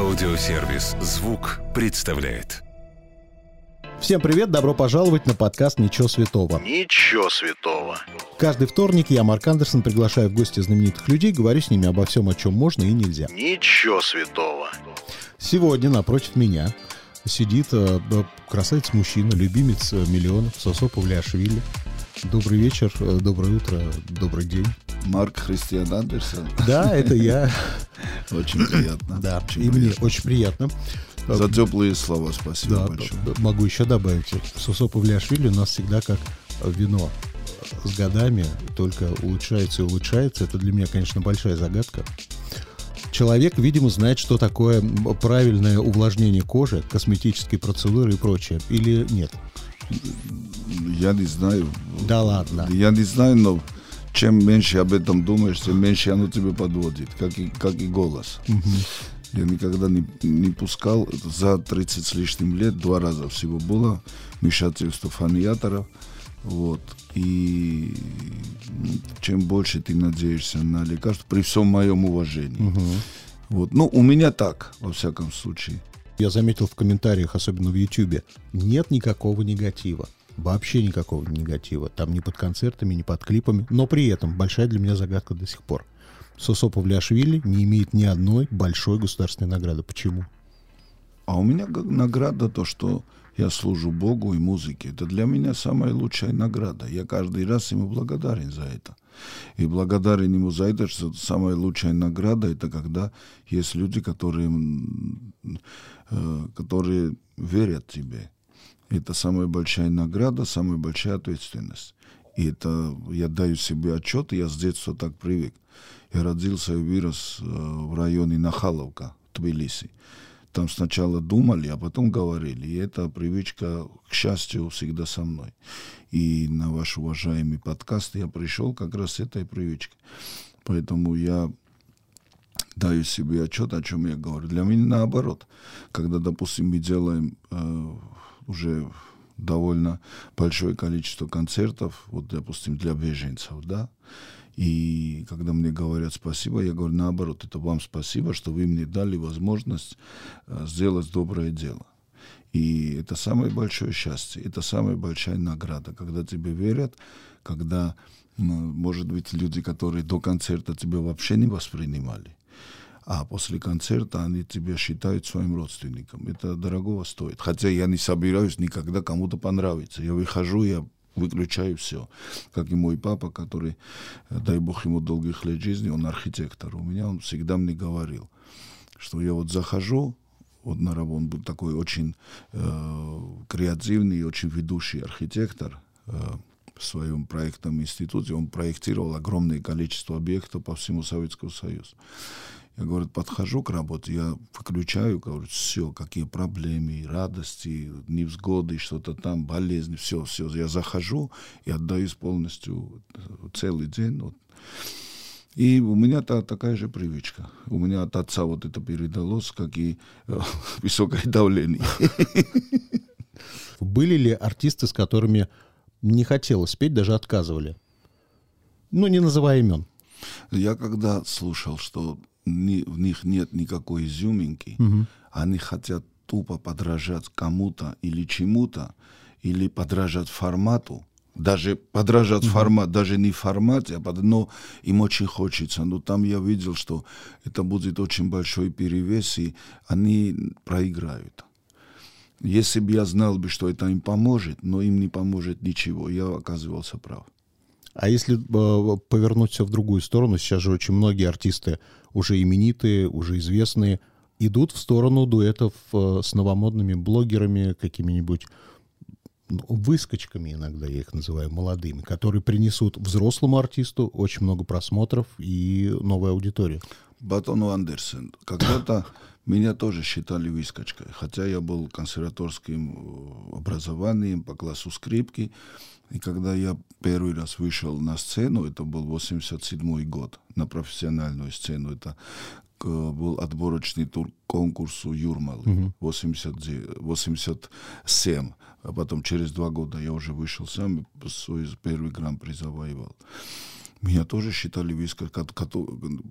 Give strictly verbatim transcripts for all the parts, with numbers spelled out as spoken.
Аудиосервис «Звук» представляет. Всем привет, добро пожаловать на подкаст «Ничего святого». Ничего святого. Каждый вторник я, Марк Андерсон, приглашаю в гости знаменитых людей, говорю с ними обо всем, о чем можно и нельзя. Ничего святого. Сегодня напротив меня сидит э, красавец-мужчина, любимец миллионов Сосо Павлиашвили. Добрый вечер, э, доброе утро, добрый день. Марк Христиан Андерсон. Да, это я. Очень приятно. Да, очень и приятно. мне очень приятно. За теплые слова спасибо Да, большое. могу еще добавить. Сосо Павлиашвили у нас всегда как вино. С годами только улучшается и улучшается. Это для меня, конечно, большая загадка. Человек, видимо, знает, что такое правильное увлажнение кожи, косметические процедуры и прочее. Или нет? Я не знаю. Да ладно. Я не знаю, но чем меньше об этом думаешь, тем меньше оно тебе подводит, как и, как и голос. Угу. Я никогда не, не пускал. За тридцать с лишним лет два раза всего было вмешательство фониаторов. Вот. И чем больше ты надеешься на лекарство, при всем моем уважении. Угу. Вот. Ну, у меня так, во всяком случае. Я заметил в комментариях, особенно в Ютьюбе, нет никакого негатива. Вообще никакого негатива. Там ни под концертами, ни под клипами. Но при этом большая для меня загадка до сих пор. Сосо Павлиашвили не имеет ни одной большой государственной награды. Почему? А у меня награда то, что я служу Богу и музыке. Это для меня самая лучшая награда. Я каждый раз ему благодарен за это. И благодарен ему за это, что самая лучшая награда, это когда есть люди, которые, которые верят тебе. Это самая большая награда, самая большая ответственность. И это я даю себе отчет, и я с детства так привык. Я родился и вырос в районе Нахаловка, Тбилиси. Там сначала думали, а потом говорили. И эта привычка, к счастью, всегда со мной. И на ваш уважаемый подкаст я пришел как раз с этой привычкой. Поэтому я даю себе отчет, о чем я говорю. Для меня наоборот. Когда, допустим, мы делаем э, уже довольно большое количество концертов, вот, допустим, для беженцев, да, и когда мне говорят спасибо, я говорю наоборот, это вам спасибо, что вы мне дали возможность э, сделать доброе дело. И это самое большое счастье, это самая большая награда, когда тебе верят, когда, ну, может быть, люди, которые до концерта тебя вообще не воспринимали, а после концерта они тебя считают своим родственником. Это дорогого стоит. Хотя я не собираюсь никогда кому-то понравиться. Я выхожу, я выключаю все. Как и мой папа, который, дай бог ему долгих лет жизни, он архитектор. У меня он всегда мне говорил, что я вот захожу, вот на работу, он был такой очень э, креативный и очень ведущий архитектор э, в своем проектном институте. Он проектировал огромное количество объектов по всему Советскому Союзу. Я, говорю, подхожу к работе, я выключаю, говорю, все, какие проблемы, радости, невзгоды, что-то там, болезни, все, все. Я захожу и отдаюсь полностью целый день. Вот. И у меня та, такая же привычка. У меня от отца вот это передалось, как и э, высокое давление. Были ли артисты, с которыми не хотелось петь, даже отказывали? Ну, не называя имен. Я когда слушал, что ни, в них нет никакой изюминки, угу. Они хотят тупо подражать кому-то или чему-то, или подражать формату, даже подражать угу. формат, даже не в формате, но им очень хочется. Но там я видел, что это будет очень большой перевес, и они проиграют. Если бы я знал, бы, что это им поможет, но им не поможет ничего, я оказывался прав. А если э, повернуть все в другую сторону, сейчас же очень многие артисты, уже именитые, уже известные, идут в сторону дуэтов э, с новомодными блогерами, какими-нибудь ну, выскочками, иногда я их называю, молодыми, которые принесут взрослому артисту очень много просмотров и новую аудиторию. Батону Андерсон. Когда-то меня тоже считали выскочкой, хотя я был консерваторским образованием по классу скрипки. И когда я первый раз вышел на сцену, это был восемьдесят седьмой год, на профессиональную сцену, это был отборочный тур к конкурсу Юрмалы, восемьдесят семь. А потом через два года я уже вышел сам, свой первый гран-при завоевал. Меня тоже считали выскочкой.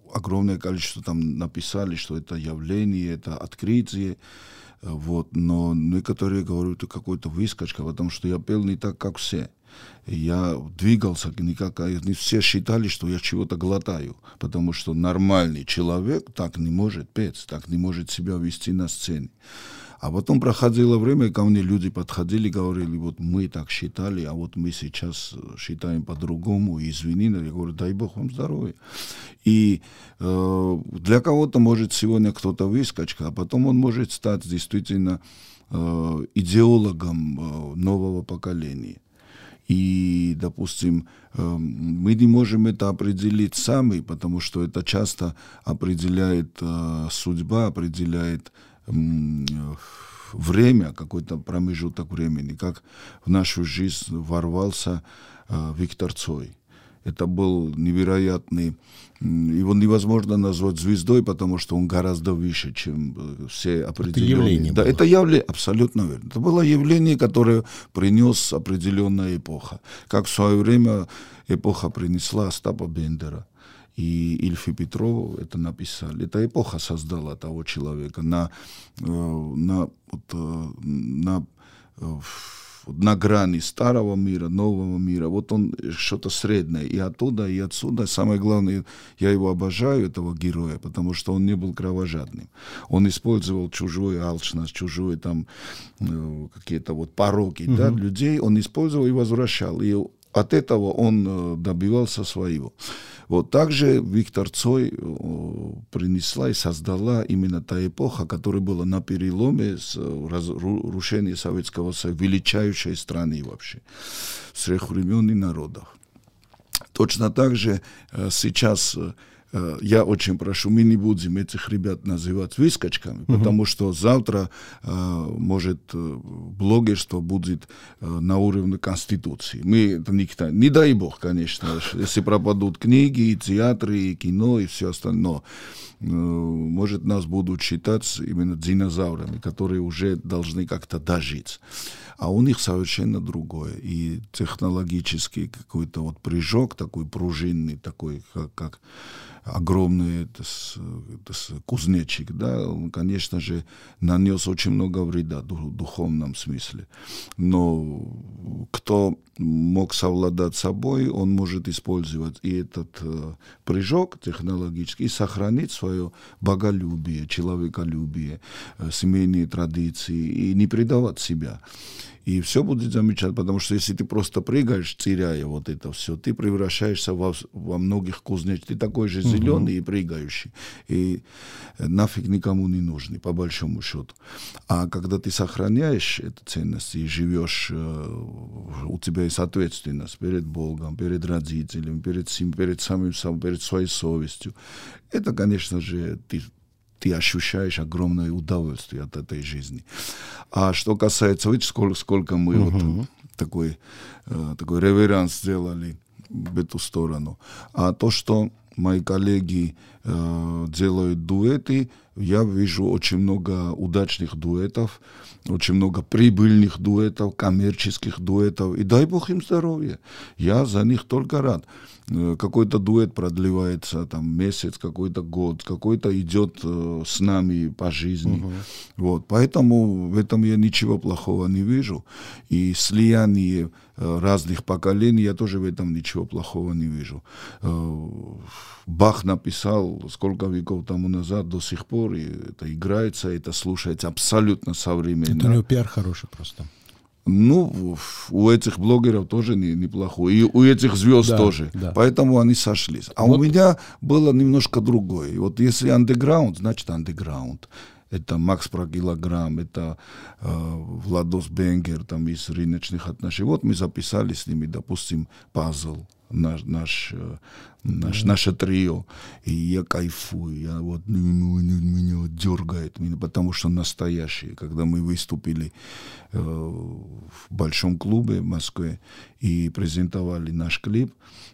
огромное количество там написали, что это явление, это открытие. Вот, но некоторые говорят, это какой-то выскочка, потому что я пел не так, как все. Я двигался не как... Не все считали, что я чего-то глотаю, потому что нормальный человек так не может петь, так не может себя вести на сцене. А потом проходило время, и ко мне люди подходили, говорили, вот мы так считали, а вот мы сейчас считаем по-другому, извини, я говорю, дай Бог вам здоровья. И э, для кого-то может сегодня кто-то выскочка, а потом он может стать действительно э, идеологом э, нового поколения. И, допустим, э, мы не можем это определить сами, потому что это часто определяет э, судьба, определяет время, какой-то промежуток времени, как в нашу жизнь ворвался э, Виктор Цой. Это был невероятный, его невозможно назвать звездой, потому что он гораздо выше, чем все определенные. Это явление да, было. Это явление, абсолютно верно. Это было явление, которое принес определенная эпоха. Как в свое время эпоха принесла Остапа Бендера. И Ильф и Петров это написали. Эта эпоха создала того человека на, на, вот, на, на грани старого мира, нового мира. Вот он что-то среднее. И оттуда, и отсюда. Самое главное, я его обожаю, этого героя, потому что он не был кровожадным. Он использовал чужую алчность, чужую там какие-то вот пороки угу. да, людей. Он использовал и возвращал. И от этого он добивался своего. Вот также Виктор Цой принесла и создала именно та эпоха, которая была на переломе с разрушения Советского Союза, величайшей страны вообще, всех времен и народов. Точно так же сейчас я очень прошу, мы не будем этих ребят называть выскочками, uh-huh. потому что завтра, может, блогерство будет на уровне Конституции. Мы, это никто, не дай Бог, конечно, если пропадут книги, и театры, и кино, и все остальное. Может, нас будут считать именно динозаврами, которые уже должны как-то дожить. А у них совершенно другое. И технологический какой-то вот прыжок, такой пружинный, такой, как, как огромный это, это, кузнечик, да, он, конечно же, нанес очень много вреда в духовном смысле. Но кто мог совладать собой, он может использовать и этот э, прыжок технологический, и сохранить свое боголюбие, человеколюбие, э, семейные традиции, и не предавать себя. И все будет замечательно, потому что если ты просто прыгаешь, теряя вот это все, ты превращаешься во, во многих кузнечиков. Ты такой же зеленый uh-huh. и прыгающий. И нафиг никому не нужный, по большому счету. А когда ты сохраняешь эту ценность и живешь, у тебя есть ответственность перед Богом, перед родителями, перед, перед самим собой, перед своей совестью. Это, конечно же, ты... ты ощущаешь огромное удовольствие от этой жизни. А что касается, видите, сколько, сколько мы uh-huh. вот такой, э, такой реверанс сделали в эту сторону. А то, что мои коллеги э, делают дуэты, я вижу очень много удачных дуэтов, очень много прибыльных дуэтов, коммерческих дуэтов. И дай Бог им здоровья. Я за них только рад. Какой-то дуэт продлевается там месяц, какой-то год, какой-то идет э, с нами по жизни. Uh-huh. Вот. Поэтому в этом я ничего плохого не вижу. И слияние э, разных поколений, я тоже в этом ничего плохого не вижу. Э, Бах написал сколько веков тому назад, до сих пор, и это играется, это слушается абсолютно современно. Это у него пиар хороший просто. Ну, у этих блогеров тоже не, неплохой. И у этих звезд да, тоже. Да. Поэтому они сошлись. А вот. У меня было немножко другое. И вот если андеграунд, значит андеграунд. Это Макс про килограмм, это э, Владос Бенгер там, из рыночных отношений. Вот мы записали с ними, допустим, пазл. Наш, наш, наш, mm-hmm. наше трио. И я кайфую. Я вот, меня вот дергает, потому что настоящие. Когда мы выступили э, в большом клубе в Москве и презентовали наш клип,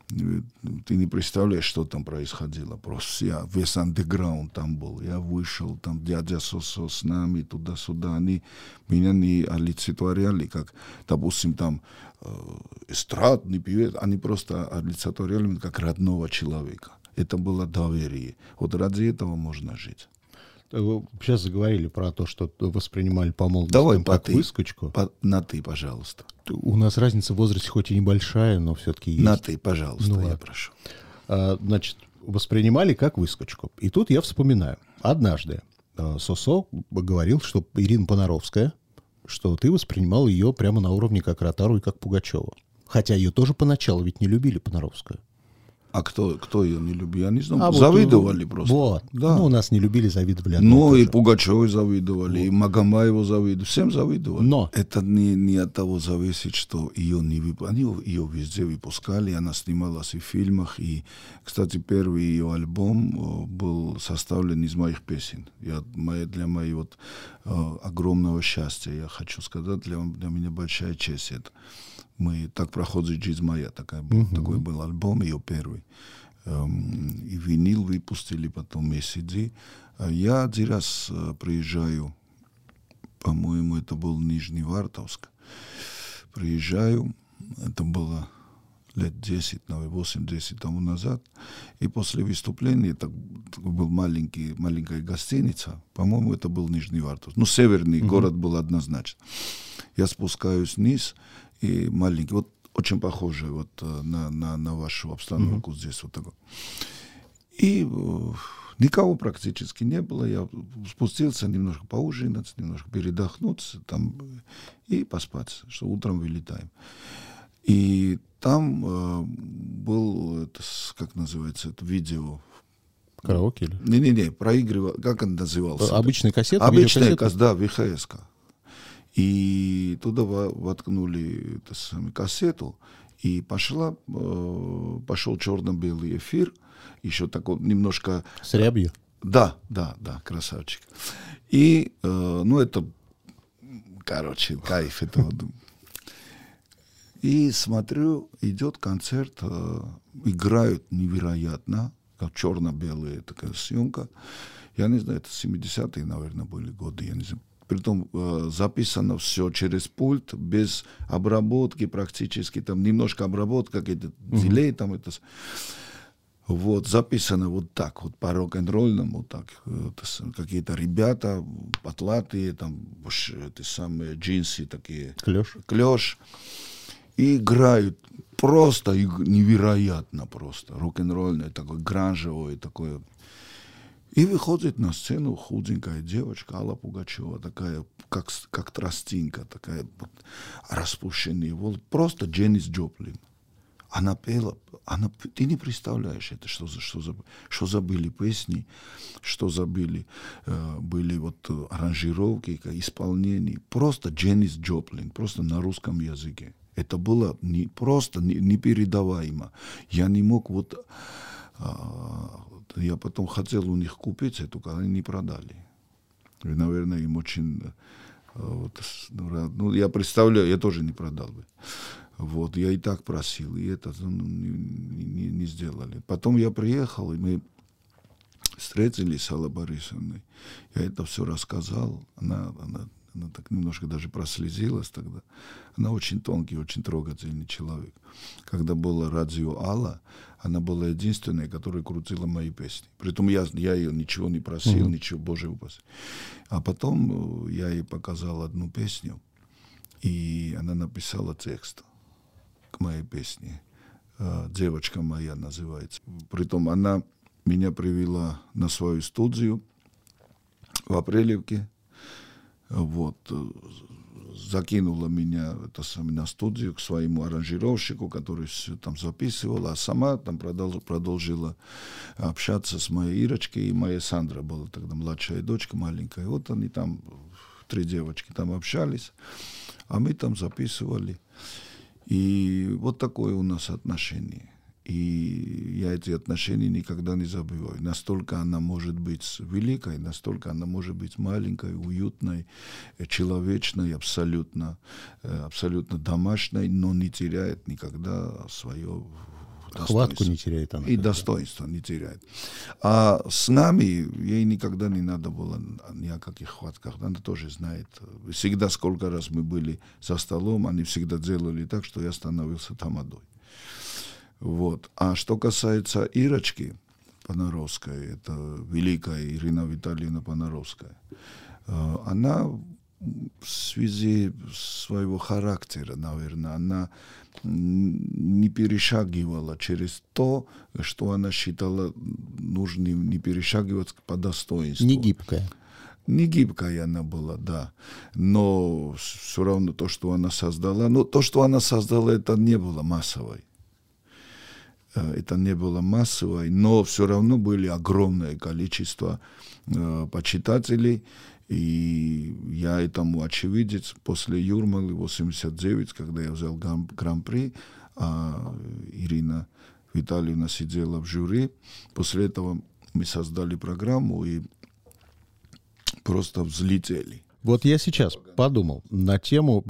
ты не представляешь, что там происходило. Просто я, весь андеграунд там был. Я вышел, там дядя Сосо с нами, туда-сюда. Они меня не олицетворяли, как, допустим, там эстрадный певец, они просто олицетворяли как родного человека. Это было доверие. Вот ради этого можно жить. Вы сейчас заговорили про то, что воспринимали по молодости Давай как по выскочку. По, на ты, пожалуйста. У нас разница в возрасте хоть и небольшая, но все-таки есть. На ты, пожалуйста, Ну, я ладно. прошу. А, значит, воспринимали как выскочку. И тут я вспоминаю. Однажды а, Сосо говорил, что Ирина Понаровская, что ты воспринимал ее прямо на уровне как Ротару и как Пугачева. Хотя ее тоже поначалу ведь не любили, Понаровскую. А кто, кто ее не любил? Я не знаю. А вот, завидовали ну, просто. Вот. Да. Ну, у нас не любили, завидовали. одно Ну, то и же. Пугачевой завидовали, и Магомаеву завидовали, всем завидовали. Но. Это не, не от того зависит, что ее не выпускали. Они ее везде выпускали, она снималась и в фильмах. И, кстати, первый ее альбом был составлен из моих песен. Я, моя, для моего вот, огромного счастья, я хочу сказать, для, для меня большая честь это. Мы «Так проходит жизнь моя», такая, uh-huh. такой был альбом, ее первый. Эм, и винил выпустили, потом эс ди. Я один раз э, приезжаю, по-моему, это был Нижневартовск. Приезжаю, это было лет десять, наверное, восемь-десять тому назад. И после выступления, это был маленький, маленькая гостиница, по-моему, это был Нижневартовск. Ну, северный uh-huh. город был однозначно. Я спускаюсь вниз, и маленький, вот очень похоже вот на, на, на вашу обстановку uh-huh. здесь вот такой. И э, никого практически не было. Я спустился немножко поужинать, немножко передохнуть там и поспать, что утром вылетаем. И там э, был, это, как называется, это видео. Караоке или? Не-не-не, проигрывал, как он назывался? Обычная кассета? Обычная кассета, да, ви эйч эс. И туда воткнули эту самую кассету, и пошла, э, пошел черно-белый эфир, еще такой немножко... С рябью? Да, да, да, красавчик. И, э, ну, это, короче, кайф этого. И смотрю, идет концерт, э, играют невероятно, как черно-белая такая съемка. Я не знаю, это семидесятые, наверное, были годы, я не знаю. Притом э, записано все через пульт, без обработки практически, там немножко обработка, какие-то дилей, там это... Вот, записано вот так, вот по рок-н-ролльному, вот так. Это, какие-то ребята, потлатые, там, эти самые джинсы такие. Клёш. Клёш. И играют просто невероятно просто. Рок-н-ролльное, такое гранжевое, такое... И выходит на сцену худенькая девочка Алла Пугачева, такая, как, как тростинка, такая вот, распущенные волосы, просто Дженнис Джоплин. Она пела, она, ты не представляешь, это что за, что за, что за были песни, что за были, э, были вот аранжировки, исполнения. Просто Дженнис Джоплин, просто на русском языке. Это было не, просто не, непередаваемо. Я не мог вот... Э, Я потом хотел у них купить эту, они не продали. И, наверное, им очень... Вот, ну, я представляю, я тоже не продал бы. Вот, я и так просил, и это ну, не, не, не сделали. Потом я приехал, и мы встретились с Аллой Борисовной. Я это все рассказал. Она, она, она так немножко даже прослезилась тогда. Она очень тонкий, очень трогательный человек. Когда было радио Алла, она была единственная, которая крутила мои песни. Притом я, я ее ничего не просил, mm-hmm. ничего, Боже упаси. А потом я ей показал одну песню, и она написала текст к моей песне. «Девочка моя» называется. Притом она меня привела на свою студию в Апрелевке. Вот. Закинула меня это, на студию к своему аранжировщику, который все там записывал, а сама там продолж, продолжила общаться с моей Ирочкой, и моя Сандра была тогда младшая дочка, маленькая. Вот они там, три девочки там общались, а мы там записывали. И вот такое у нас отношение. И я эти отношения никогда не забываю. Настолько она может быть великой, настолько она может быть маленькой, уютной, человечной, абсолютно, абсолютно домашней, но не теряет никогда свое достоинство. Хватку не теряет она. И достоинство не теряет. А с нами ей никогда не надо было ни о каких хватках. Она тоже знает. Всегда, сколько раз мы были за столом, они всегда делали так, что я становился тамадой. Вот. А что касается Ирочки, Понаровская, это великая Ирина Витальевна Понаровская. Она в связи своего характера, наверное, она не перешагивала через то, что она считала нужным, не перешагивать по достоинству. Не гибкая. Не гибкая она была, да. Но все равно то, что она создала, но то, что она создала, это не было массовой. Это не было массовой, но все равно были огромное количество э, почитателей. И я этому очевидец. После Юрмалы восемьдесят девять, когда я взял гран-при, а Ирина Витальевна сидела в жюри, после этого мы создали программу и просто взлетели. Вот я сейчас подумал на тему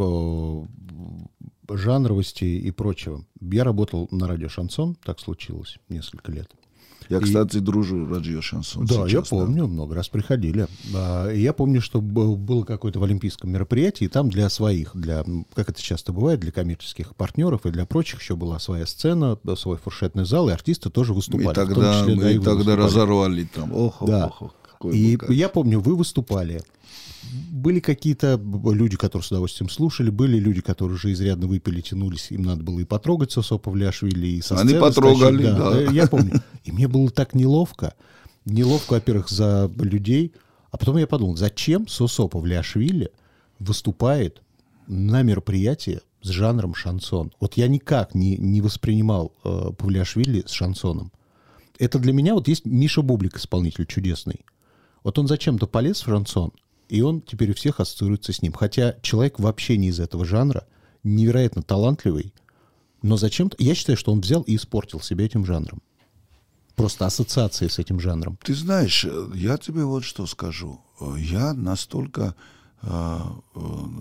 э, жанровости и прочего. Я работал на радио «Шансон», так случилось, несколько лет. Я, и... кстати, дружу радио «Шансон». Да, сейчас, я помню, да. много раз приходили. А, я помню, что было какое-то в Олимпийском мероприятии, и там для своих, для, как это часто бывает, для коммерческих партнеров и для прочих еще была своя сцена, свой фуршетный зал, и артисты тоже выступали. И тогда, числе, мы да, и тогда выступали. разорвали там. Ох, да. ох, ох, какой И был, я помню, вы выступали. Были какие-то люди, которые с удовольствием слушали, были люди, которые уже изрядно выпили, тянулись, им надо было и потрогать Сосо Павлиашвили, и со сцены Они потрогали, стащить, да. да. Я помню. И мне было так неловко. Неловко, во-первых, за людей. А потом я подумал, зачем Сосо Павлиашвили выступает на мероприятии с жанром шансон? Вот я никак не, не воспринимал э, Павлиашвили с шансоном. Это для меня вот есть Миша Бублик, исполнитель чудесный. Вот он зачем-то полез в шансон, и он теперь у всех ассоциируется с ним. Хотя человек вообще не из этого жанра, невероятно талантливый, но зачем-то... Я считаю, что он взял и испортил себя этим жанром. Просто ассоциации с этим жанром. Ты знаешь, я тебе вот что скажу. Я настолько э, э,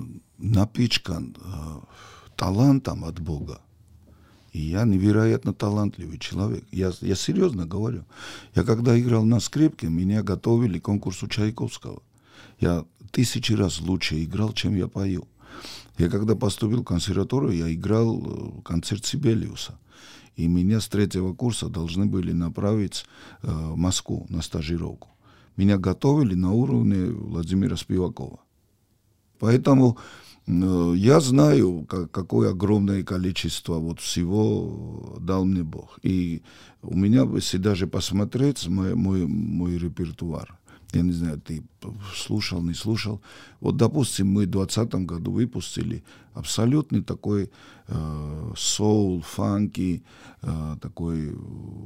напичкан э, талантом от Бога. И я невероятно талантливый человек. Я, я серьезно говорю. Я когда играл на скрипке, меня готовили к конкурсу Чайковского. Я тысячи раз лучше играл, чем я пою. Я когда поступил в консерваторию, я играл концерт Сибелиуса. И меня с третьего курса должны были направить э, в Москву на стажировку. Меня готовили на уровне Владимира Спивакова. Поэтому э, я знаю, как, какое огромное количество вот всего дал мне Бог. И у меня, если даже посмотреть мой, мой, мой репертуар, я не знаю, ты слушал, не слушал. Вот, допустим, мы в двадцатом году выпустили абсолютный такой э, соул, фанки, э, такой э,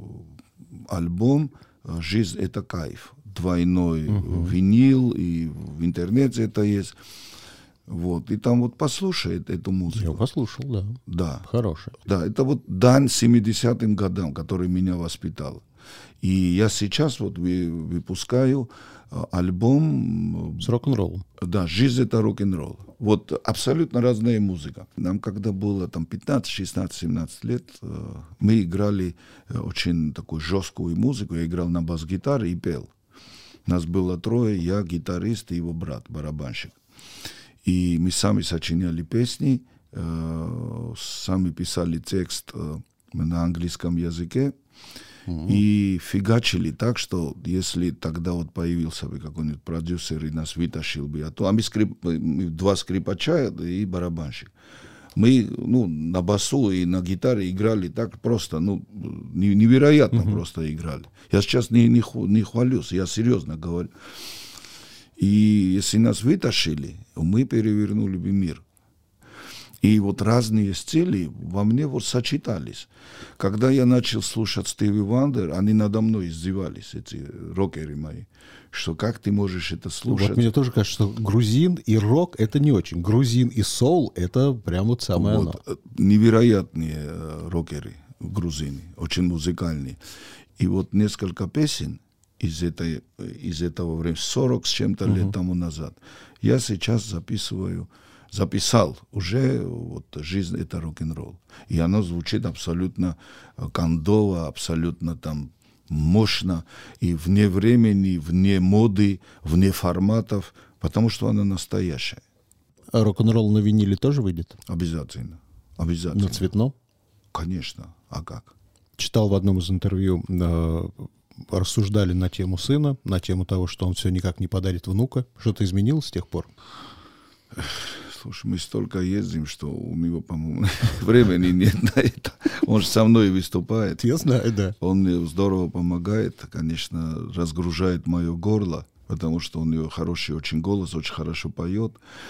альбом «Жизнь – это кайф». Двойной uh-huh. винил, и в интернете это есть. Вот. И там вот послушай эту музыку. Я послушал, да. Да. Хорошая. Да, это вот дань семидесятым годам, который меня воспитал. И я сейчас вот выпускаю альбом с рок-н-роллом. Да, «Жизнь – это рок-н-ролл». Вот абсолютно разная музыка. Нам, когда было там пятнадцать, шестнадцать, семнадцать лет, мы играли очень такую жесткую музыку. Я играл на бас-гитаре и пел. Нас было трое, я, гитарист и его брат, барабанщик. И мы сами сочиняли песни, сами писали текст на английском языке. Mm-hmm. И фигачили так, что если тогда вот появился бы какой-нибудь продюсер и нас вытащил бы, а то а мы, скрип, мы два скрипача и барабанщик. Мы ну, на басу и на гитаре играли так просто, ну, невероятно mm-hmm. просто играли. Я сейчас не, не, не хвалюсь, я серьезно говорю. И если нас вытащили, мы перевернули бы мир. И вот разные стили во мне вот сочетались. Когда я начал слушать Стиви Вандер, они надо мной издевались, эти рокеры мои, что как ты можешь это слушать. Вот мне тоже кажется, что грузин и рок — это не очень. Грузин и соул — это прям вот самое вот, оно. Невероятные рокеры, грузины, очень музыкальные. И вот несколько песен из, этой, из этого времени, сорок с чем-то uh-huh. лет тому назад, я сейчас записываю, записал уже вот «Жизнь – это рок-н-ролл». И оно звучит абсолютно кондово, абсолютно там мощно, и вне времени, вне моды, вне форматов, потому что оно настоящее. А рок-н-ролл на виниле тоже выйдет? Обязательно. Обязательно. На цветном? Конечно. А как? Читал в одном из интервью, рассуждали на тему сына, на тему того, что он все никак не подарит внука. Что-то изменилось с тех пор? Слушай, мы столько ездим, что у него, по-моему, времени нет на это. Он же со мной выступает. Я знаю, да. Он мне здорово помогает, конечно, разгружает мое горло, потому что у него хороший очень голос, очень хорошо поет.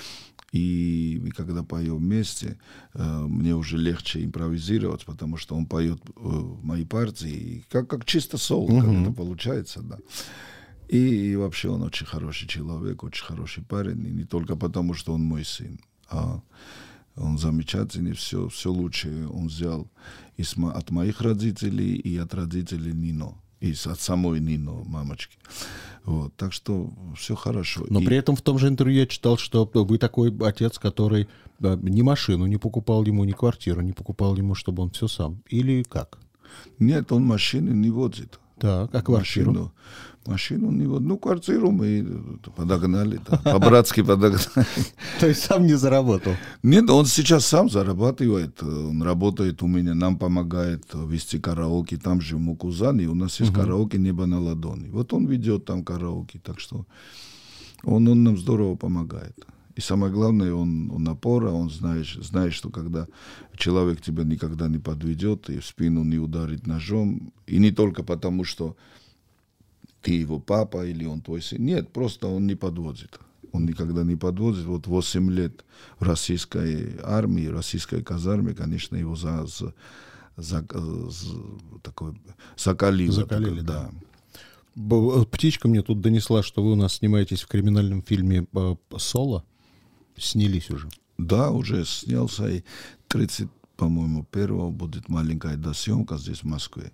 И мы, когда поем вместе, мне уже легче импровизировать, потому что он поет мои партии, как, как чисто соул, uh-huh. как это получается, да. И, и вообще он очень хороший человек, очень хороший парень, и не только потому, что он мой сын, а он замечательный, все, все лучшее он взял из, от моих родителей и от родителей Нино, и от самой Нино, мамочки. Вот, так что все хорошо. Но и... при этом в том же интервью я читал, что вы такой отец, который ни машину не покупал ему, ни квартиру не покупал ему, чтобы он все сам. Или как? Нет, он машины не возит. Так, а квартиру? Машину, машину не возит. Ну, квартиру мы подогнали, да, по-братски подогнали. То есть сам не заработал? Нет, он сейчас сам зарабатывает. Он работает у меня, нам помогает вести караоке. Там же в Мукузане у нас есть uh-huh. караоке «Небо на ладони». Вот он ведет там караоке. Так что он, он нам здорово помогает. И самое главное, он, он опора, он знает, знает, что когда человек тебя никогда не подведет и в спину не ударит ножом, и не только потому, что ты его папа или он твой сын. Нет, просто он не подводит. Он никогда не подводит. Вот восемь лет в российской армии, российской казарме, конечно, его за, за, за, за, такой, закалило. Закалили, такой, да. да. Птичка мне тут донесла, что вы у нас снимаетесь в криминальном фильме «Соло». Снялись уже? Да, уже снялся. И тридцать, по-моему, первого будет маленькая досъемка здесь, в Москве.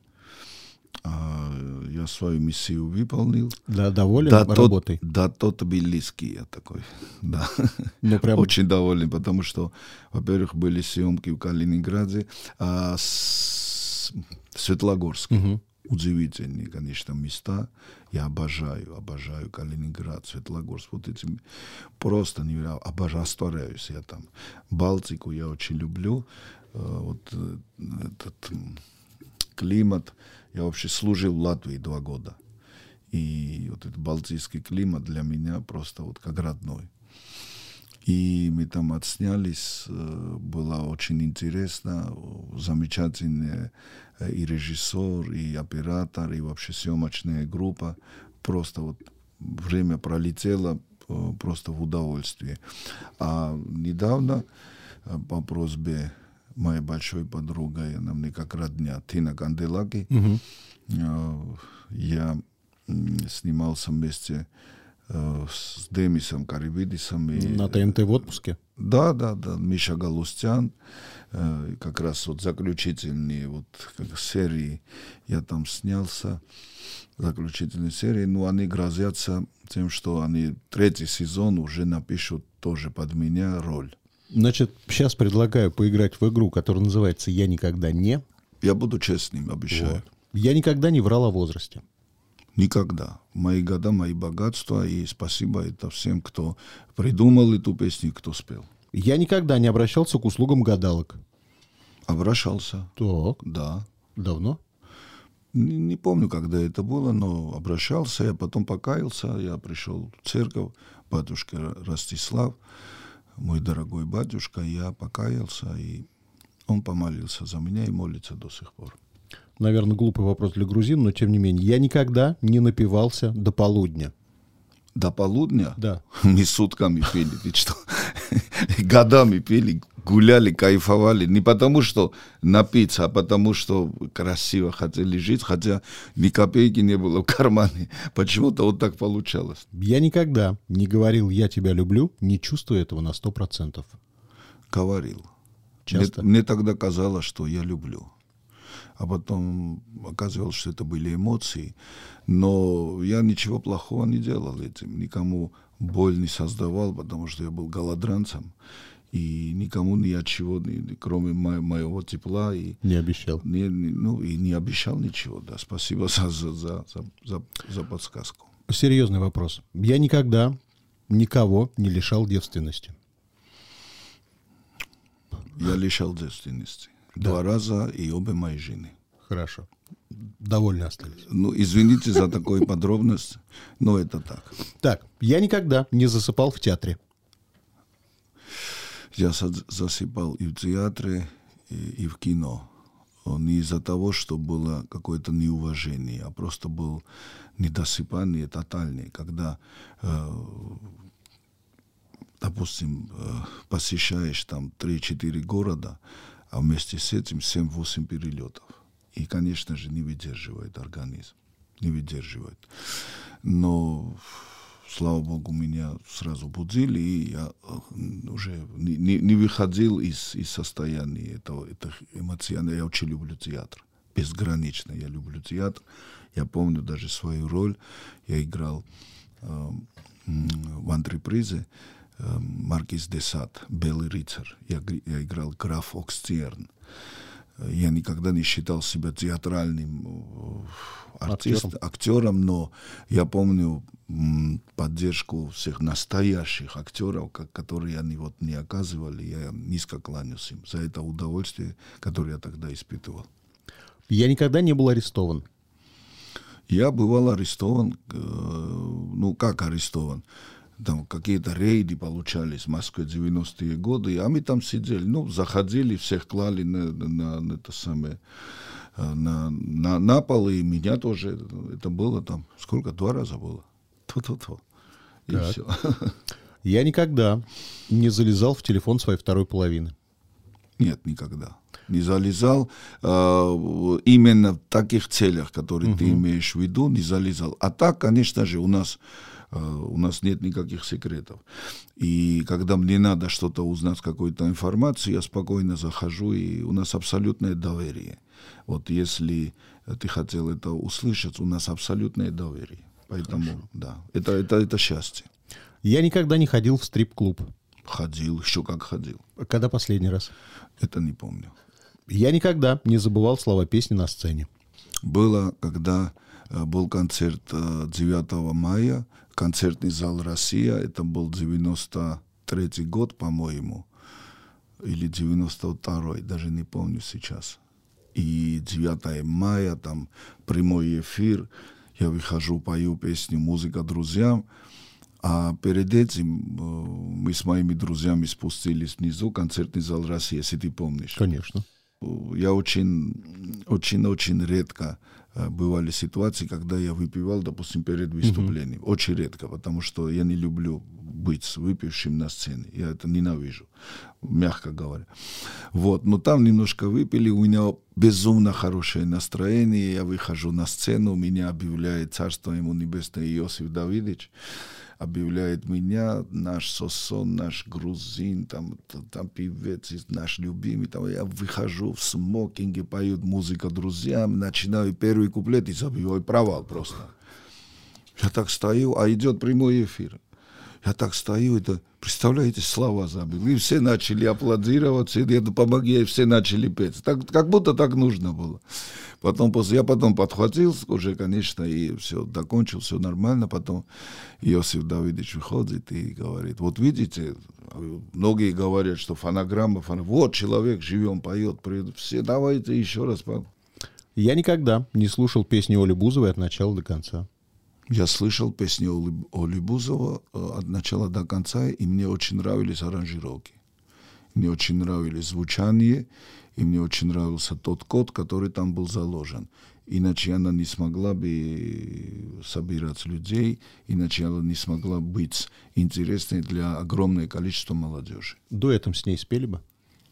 А, я свою миссию выполнил. Да, доволен да, работой? Тот, да, тот близкий я такой. Да. Ну, прям... Очень доволен, потому что, во-первых, были съемки в Калининграде, а с... Светлогорске. Угу. Удивительные, конечно, места. Я обожаю, обожаю Калининград, Светлогорск. Вот эти просто невероятно. Обожаю, растворяюсь я там. Балтику я очень люблю. Вот этот климат. Я вообще служил в Латвии два года. И вот этот балтийский климат для меня просто вот как родной. И мы там отснялись, было очень интересно, замечательный и режиссер, и оператор, и вообще съемочная группа. Просто вот время пролетело просто в удовольствие. А недавно по просьбе моей большой подруги, она мне как родня, Тина Канделаки, угу. я снимался вместе с Демисом Карибидисом. И... На ТНТ в отпуске? Да, да, да. Миша Галустян. Э, как раз вот заключительные вот, как, серии я там снялся. Заключительные серии. Но они грозятся тем, что они третий сезон уже напишут тоже под меня роль. Значит, сейчас предлагаю поиграть в игру, которая называется «Я никогда не». Я буду честным, обещаю. Вот. Я никогда не врал о возрасте. Никогда. Мои года, мои богатства. И спасибо это всем, кто придумал эту песню, кто спел. Я никогда не обращался к услугам гадалок. Обращался. Так. Да. Давно? Не, не помню, когда это было, но обращался. Я потом покаялся. Я пришел в церковь. Батюшка Ростислав, мой дорогой батюшка, я покаялся. И он помолился за меня и молится до сих пор. Наверное, глупый вопрос для грузин, но тем не менее. Я никогда не напивался до полудня. До полудня? Да. Мы сутками пили. Ты что? Годами пили, гуляли, кайфовали. Не потому, что напиться, а потому, что красиво хотели жить, хотя ни копейки не было в кармане. Почему-то вот так получалось. Я никогда не говорил «я тебя люблю», не чувствуя этого на сто процентов. Говорил. Часто? Мне, мне тогда казалось, что я люблю. А потом оказывалось, что это были эмоции. Но я ничего плохого не делал этим. Никому боль не создавал, потому что я был голодранцем. И никому ни от чего, ни, кроме мо- моего тепла. И, не обещал. Не, не, ну, и не обещал ничего. Да. Спасибо за, за, за, за, за подсказку. Серьезный вопрос. Я никогда никого не лишал девственности. Я лишал девственности. Да. Два раза и обе мои жены. Хорошо. Довольно остались. Ну, извините за такую подробность, но это так. Так, я никогда не засыпал в театре. Я засыпал и в театре, и, и в кино. Не из-за того, что было какое-то неуважение, а просто был недосыпание тотальное, когда, э, допустим, э, посещаешь там три-четыре города, а вместе с этим семь-восемь перелетов. И, конечно же, не выдерживает организм, не выдерживает. Но, слава богу, меня сразу будили, и я уже не, не, не выходил из, из состояния этого, этого эмоционального. Я очень люблю театр, безгранично я люблю театр. Я помню даже свою роль. Я играл э, в антрепризе э, «Маркиз де Сад», «Белый рыцарь». Я, я играл граф Окстерн. Я никогда не считал себя театральным артистом, актером. актером, но я помню м, поддержку всех настоящих актеров, как, которые они вот не оказывали. Я низко кланяюсь им за это удовольствие, которое я тогда испытывал. Я никогда не был арестован. Я бывал арестован, э, ну как арестован? Там какие-то рейды получались в Москве девяностые годы, а мы там сидели, ну, заходили, всех клали на, на, на это самое, на, на, на пол, и меня тоже, это было там, сколько, два раза было? Ту-ту-ту. И так. Все. Я никогда не залезал в телефон своей второй половины. Нет, никогда. Не залезал. Э, именно в таких целях, которые угу. ты имеешь в виду, не залезал. А так, конечно же, у нас у нас нет никаких секретов. И когда мне надо что-то узнать, какую-то информацию, я спокойно захожу, и у нас абсолютное доверие. Вот если ты хотел это услышать, у нас абсолютное доверие. Поэтому, Хорошо. да, это, это, это счастье. Я никогда не ходил в стрип-клуб. Ходил, еще как ходил. Когда последний раз? Это не помню. Я никогда не забывал слова песни на сцене. Было, когда был концерт девятого мая, концертный зал «Россия», это был девяносто третий год, по-моему, или девяносто второй, даже не помню сейчас. И девятого мая, там прямой эфир, я выхожу, пою песню «Музыка друзьям», а перед этим мы с моими друзьями спустились внизу, концертный зал «Россия», если ты помнишь. Конечно. Я очень, очень, очень редко бывали ситуации, когда я выпивал, допустим, перед выступлением. Mm-hmm. Очень редко, потому что я не люблю быть выпившим на сцене. Я это ненавижу, мягко говоря. Вот. Но там немножко выпили, у меня безумно хорошее настроение, я выхожу на сцену, меня объявляет Царство ему небесное Иосиф Давидович, объявляет меня, наш Сосон, наш грузин, там, там певец, наш любимый. Там, я выхожу в смокинге, поют «Музыка друзьям», начинаю первый куплет и забиваю провал просто. Я так стою, а идет прямой эфир. Я так стою, это, представляете, слова забыл. И все начали аплодировать, и это помоги, и все начали петь. Так, как будто так нужно было. Потом, после, я потом подхватил уже, конечно, и все, докончил, все нормально. Потом Иосиф Давидович выходит и говорит, вот видите, многие говорят, что фонограмма, фонограмма, вот человек живем, поет, все, давайте еще раз. Я никогда не слушал песни Оли Бузовой от начала до конца. Я слышал песни Оли Бузова от начала до конца, и мне очень нравились аранжировки. Мне очень нравилось звучание, и мне очень нравился тот код, который там был заложен. Иначе она не смогла бы собирать людей, иначе она не смогла быть интересной для огромного количества молодежи. Дуэтом с ней спели бы?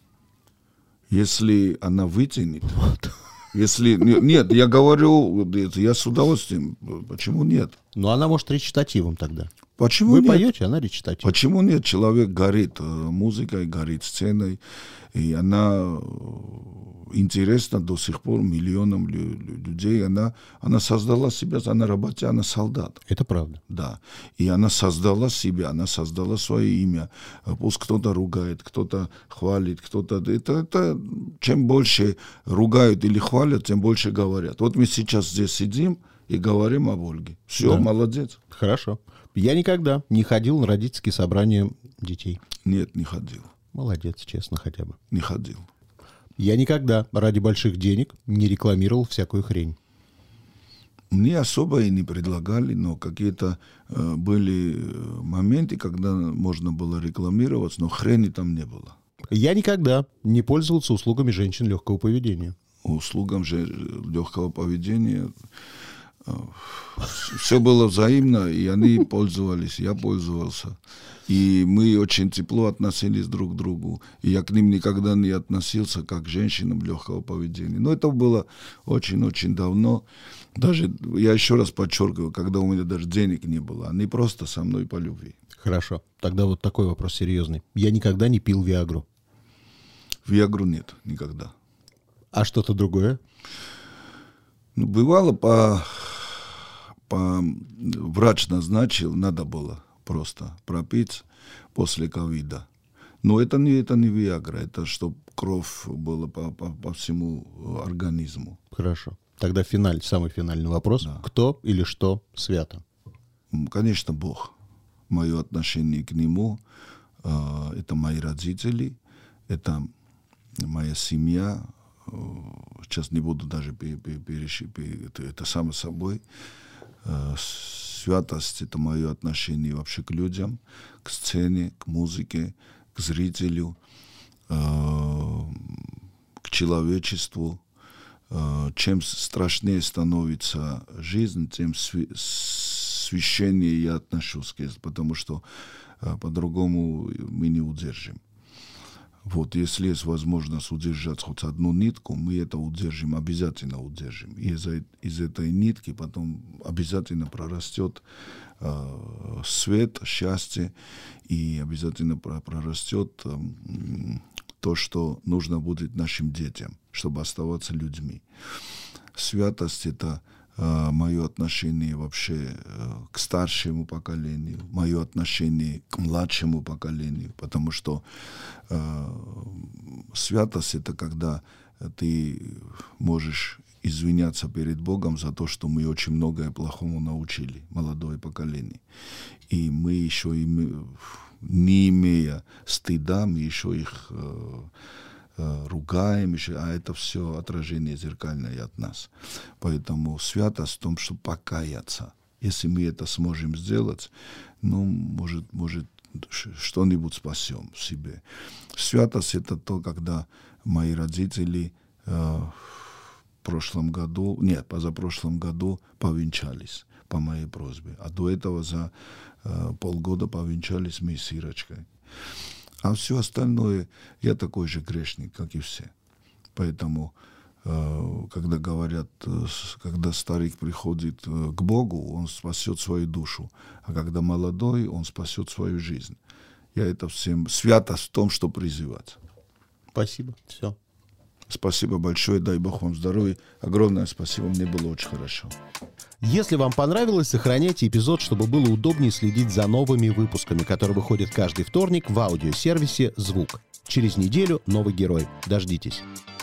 Если она вытянет... Если нет, я говорю, я с удовольствием. Почему нет? Но она может речитативом тогда. Почему Вы нет? поете, она речитатив. Почему нет? Человек горит музыкой, горит сценой, и она интересна до сих пор миллионам людей. Она, она создала себя, она работает, она солдат. Это правда. Да. И она создала себя, она создала свое имя. Пусть кто-то ругает, кто-то хвалит, кто-то... Это, это чем больше ругают или хвалят, тем больше говорят. Вот мы сейчас здесь сидим и говорим об Ольге. Все, да. Молодец. Хорошо. Я никогда не ходил на родительские собрания детей. Нет, не ходил. Молодец, честно, хотя бы. Не ходил. Я никогда ради больших денег не рекламировал всякую хрень. Мне особо и не предлагали, но какие-то э, были моменты, когда можно было рекламироваться, но хрени там не было. Я никогда не пользовался услугами женщин легкого поведения. Услугам же легкого поведения э, все было взаимно, и они пользовались, я пользовался. И мы очень тепло относились друг к другу. И я к ним никогда не относился как к женщинам легкого поведения. Но это было очень-очень давно. Даже, я еще раз подчеркиваю, когда у меня даже денег не было. Они просто со мной по любви. Хорошо. Тогда вот такой вопрос серьезный. Я никогда не пил Виагру. Виагру нет, никогда. А что-то другое? Ну, бывало, по, по, врач назначил, надо было просто пропить после ковида. Но это не, это не Виагра, это чтобы кровь была по, по, по всему организму. Хорошо. Тогда финаль, самый финальный вопрос. Да. Кто или что свято? Конечно, Бог. Мое отношение к Нему, э, это мои родители, это моя семья. Сейчас не буду даже перешипеть, это, это само собой. Э, святость — это мое отношение вообще к людям, к сцене, к музыке, к зрителю, э, к человечеству. Чем страшнее становится жизнь, тем священнее я отношусь к этому, потому что по-другому мы не удержим. Вот, если есть возможность удержать хоть одну нитку, мы это удержим, обязательно удержим. И из, из этой нитки потом обязательно прорастет э, свет, счастье, и обязательно прорастет э, то, что нужно будет нашим детям, чтобы оставаться людьми. Святость — это э, мое отношение вообще э, к старшему поколению, мое отношение к младшему поколению, потому что э, святость — это когда ты можешь извиняться перед Богом за то, что мы очень многое плохому научили, молодое поколение. И мы еще им... не имея стыда, мы еще их э, э, ругаем, еще, а это все отражение зеркальное от нас. Поэтому святость в том, чтобы покаяться. Если мы это сможем сделать, ну, может, может что-нибудь спасем в себе. Святость — это то, когда мои родители э, в прошлом году, нет, позапрошлом году повенчались по моей просьбе. А до этого за э, полгода повенчались мы с Ирочкой. А все остальное, я такой же грешник, как и все. Поэтому, э, когда говорят, э, когда старик приходит э, к Богу, он спасет свою душу. А когда молодой, он спасет свою жизнь. Я это всем... Святость в том, что призывать. Спасибо. Все. Спасибо большое, дай Бог вам здоровья. Огромное спасибо, мне было очень хорошо. Если вам понравилось, сохраняйте эпизод, чтобы было удобнее следить за новыми выпусками, которые выходят каждый вторник в аудиосервисе «Звук». Через неделю новый герой. Дождитесь.